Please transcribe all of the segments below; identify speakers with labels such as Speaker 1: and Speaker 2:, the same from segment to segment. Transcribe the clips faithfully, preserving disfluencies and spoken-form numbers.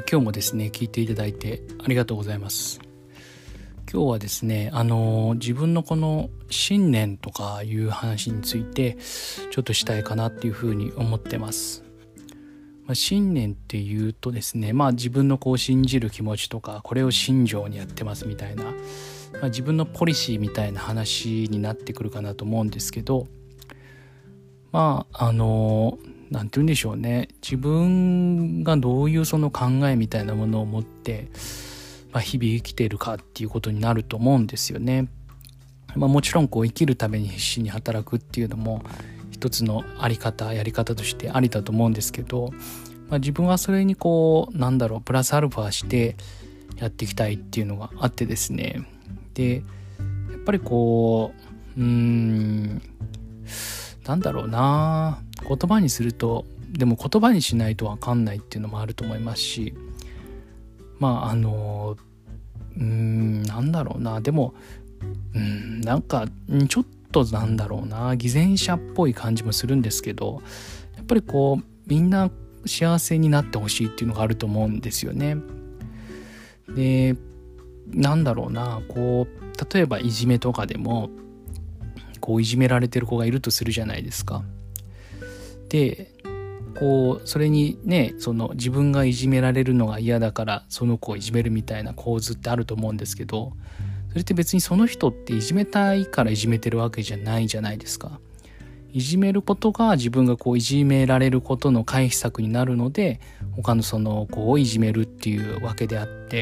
Speaker 1: 今日もですね聞いていただいてありがとうございます。今日はですねあの自分のこの信念とかいう話についてちょっとしたいかなっていうふうに思ってます。まあ、信念っていうとですねまあ自分のこう信じる気持ちとかこれを信条にやってますみたいな、まあ、自分のポリシーみたいな話になってくるかなと思うんですけど、まああのなんて言うんでしょうね、自分がどういうその考えみたいなものを持って、まあ、日々生きているかっていうことになると思うんですよね。まあ、もちろんこう生きるために必死に働くっていうのも一つのあり方やり方としてありだと思うんですけど、まあ、自分はそれにこうなんだろうプラスアルファしてやっていきたいっていうのがあってですね、でやっぱりこううーんなんだろうな言葉にするとでも言葉にしないと分かんないっていうのもあると思いますし、まああのうーんなんだろうなでもうーんなんかちょっとなんだろうな偽善者っぽい感じもするんですけど、やっぱりこうみんな幸せになってほしいっていうのがあると思うんですよね。でなんだろうなこう例えばいじめとかでもこういじめられてる子がいるとするじゃないですか。でこうそれにねその自分がいじめられるのが嫌だからその子をいじめるみたいな構図ってあると思うんですけど、それって別にその人っていじめたいからいじめてるわけじゃないじゃないですか。いじめることが自分がこういじめられることの回避策になるので他のその子をいじめるっていうわけであって、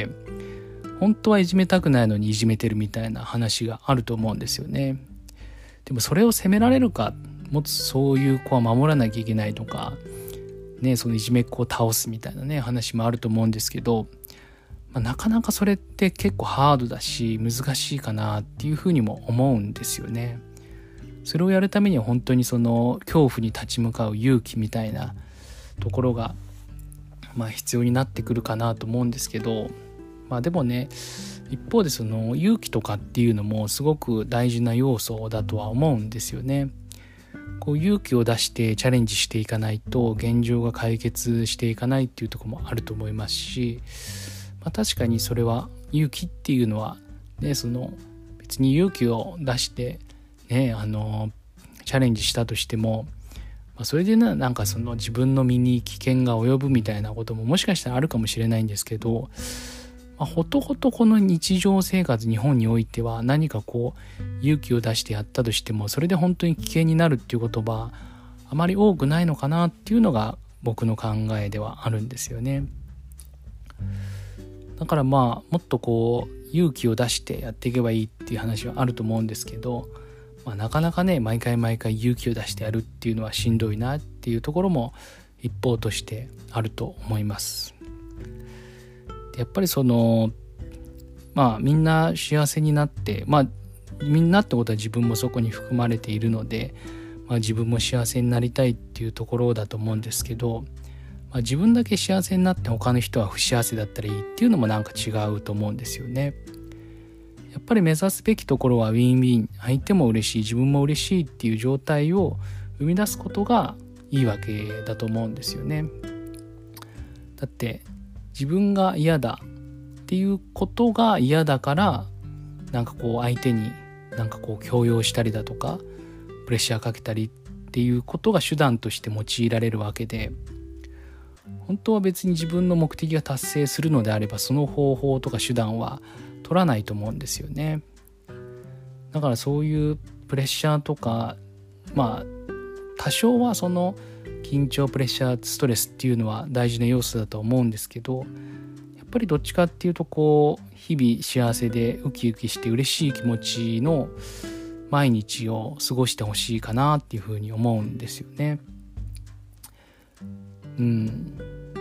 Speaker 1: 本当はいじめたくないのにいじめてるみたいな話があると思うんですよね。でもそれを責められるか、もっとそういう子は守らなきゃいけないとかね、そのいじめっ子を倒すみたいなね話もあると思うんですけど、まあ、なかなかそれって結構ハードだし難しいかなっていうふうにも思うんですよね。それをやるためには本当にその恐怖に立ち向かう勇気みたいなところがまあ必要になってくるかなと思うんですけど、まあでもね一方でその勇気とかっていうのもすごく大事な要素だとは思うんですよね。こう勇気を出してチャレンジしていかないと現状が解決していかないっていうところもあると思いますし、まあ、確かにそれは勇気っていうのは、ね、その別に勇気を出して、ね、あのチャレンジしたとしても、まあ、それでな、なんかその自分の身に危険が及ぶみたいなことももしかしたらあるかもしれないんですけど、まあ、ほとほとこの日常生活日本においては何かこう勇気を出してやったとしてもそれで本当に危険になるっていう言葉あまり多くないのかなっていうのが僕の考えではあるんですよね。だからまあもっとこう勇気を出してやっていけばいいっていう話はあると思うんですけど、まあ、なかなかね毎回毎回勇気を出してやるっていうのはしんどいなっていうところも一方としてあると思います。やっぱりそのまあみんな幸せになってまあみんなってことは自分もそこに含まれているので、まあ、自分も幸せになりたいっていうところだと思うんですけど、まあ、自分だけ幸せになって他の人は不幸せだったらいいっていうのもなんか違うと思うんですよね。やっぱり目指すべきところはウィンウィン、相手も嬉しい自分も嬉しいっていう状態を生み出すことがいいわけだと思うんですよね。だって自分が嫌だっていうことが嫌だからなんかこう相手になんかこう強要したりだとかプレッシャーかけたりっていうことが手段として用いられるわけで、本当は別に自分の目的が達成するのであればその方法とか手段は取らないと思うんですよね。だからそういうプレッシャーとかまあ多少はその緊張プレッシャーストレスっていうのは大事な要素だと思うんですけど、やっぱりどっちかっていうとこう日々幸せでウキウキして嬉しい気持ちの毎日を過ごしてほしいかなっていうふうに思うんですよね。うん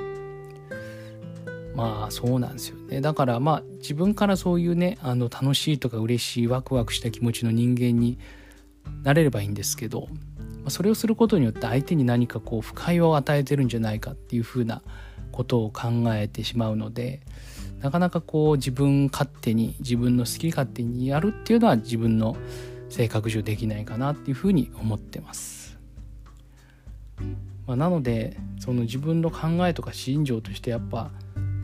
Speaker 1: まあそうなんですよね。だからまあ自分からそういうねあの楽しいとか嬉しいワクワクした気持ちの人間になれればいいんですけど、それをすることによって相手に何かこう不快を与えてるんじゃないかっていうふうなことを考えてしまうので、なかなかこう自分勝手に自分の好き勝手にやるっていうのは自分の性格上できないかなっていうふうに思ってます。まあ、なのでその自分の考えとか信条としてやっぱ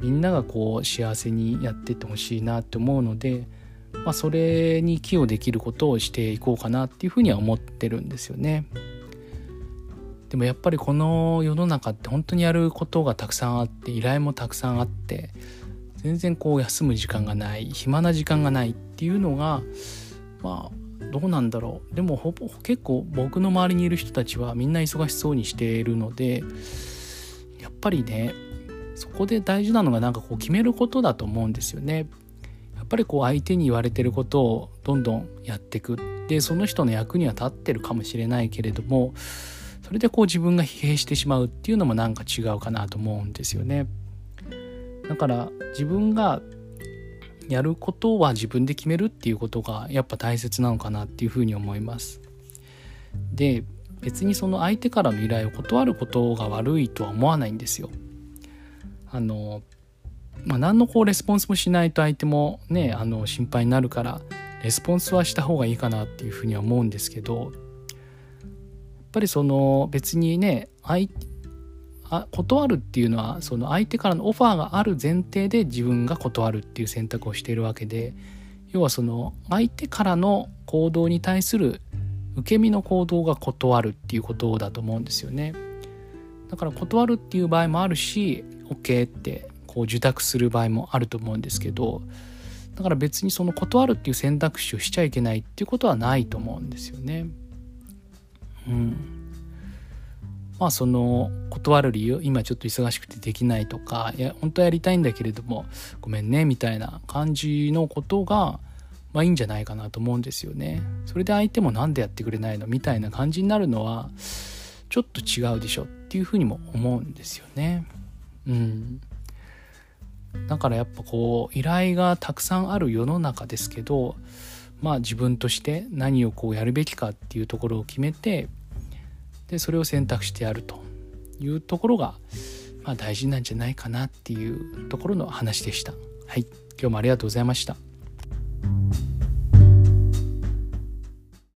Speaker 1: みんながこう幸せにやってってほしいなって思うので、まあ、それに寄与できることをしていこうかなっていうふうには思ってるんですよね。でもやっぱりこの世の中って本当にやることがたくさんあって、依頼もたくさんあって、全然こう休む時間がない、暇な時間がないっていうのが、まあどうなんだろう。でもほぼ結構僕の周りにいる人たちはみんな忙しそうにしているので、やっぱりね、そこで大事なのがなんかこう決めることだと思うんですよね。やっぱりこう相手に言われてることをどんどんやっていく。でその人の役には立ってるかもしれないけれども、それでこう自分が疲弊してしまうっていうのもなんか違うかなと思うんですよね。だから自分がやることは自分で決めるっていうことがやっぱ大切なのかなっていうふうに思います。で別にその相手からの依頼を断ることが悪いとは思わないんですよ。あのまあ、何のこうレスポンスもしないと相手もね、あの心配になるからレスポンスはした方がいいかなっていうふうには思うんですけど、やっぱりその別にね、相あ断るっていうのはその相手からのオファーがある前提で自分が断るっていう選択をしているわけで、要はその相手からの行動に対する受け身の行動が断るっていうことだと思うんですよね。だから断るっていう場合もあるし OK ってこう受託する場合もあると思うんですけど、だから別にその断るっていう選択肢をしちゃいけないっていうことはないと思うんですよね。うんまあその断る理由、今ちょっと忙しくてできないとか、いや本当はやりたいんだけれどもごめんねみたいな感じのことがまあいいんじゃないかなと思うんですよね。それで相手もなんでやってくれないのみたいな感じになるのはちょっと違うでしょっていうふうにも思うんですよね。うんだからやっぱこう依頼がたくさんある世の中ですけど、まあ自分として何をこうやるべきかっていうところを決めて、でそれを選択してやるというところが、まあ、大事なんじゃないかなっていうところの話でした。はい、今日もありがとうございました。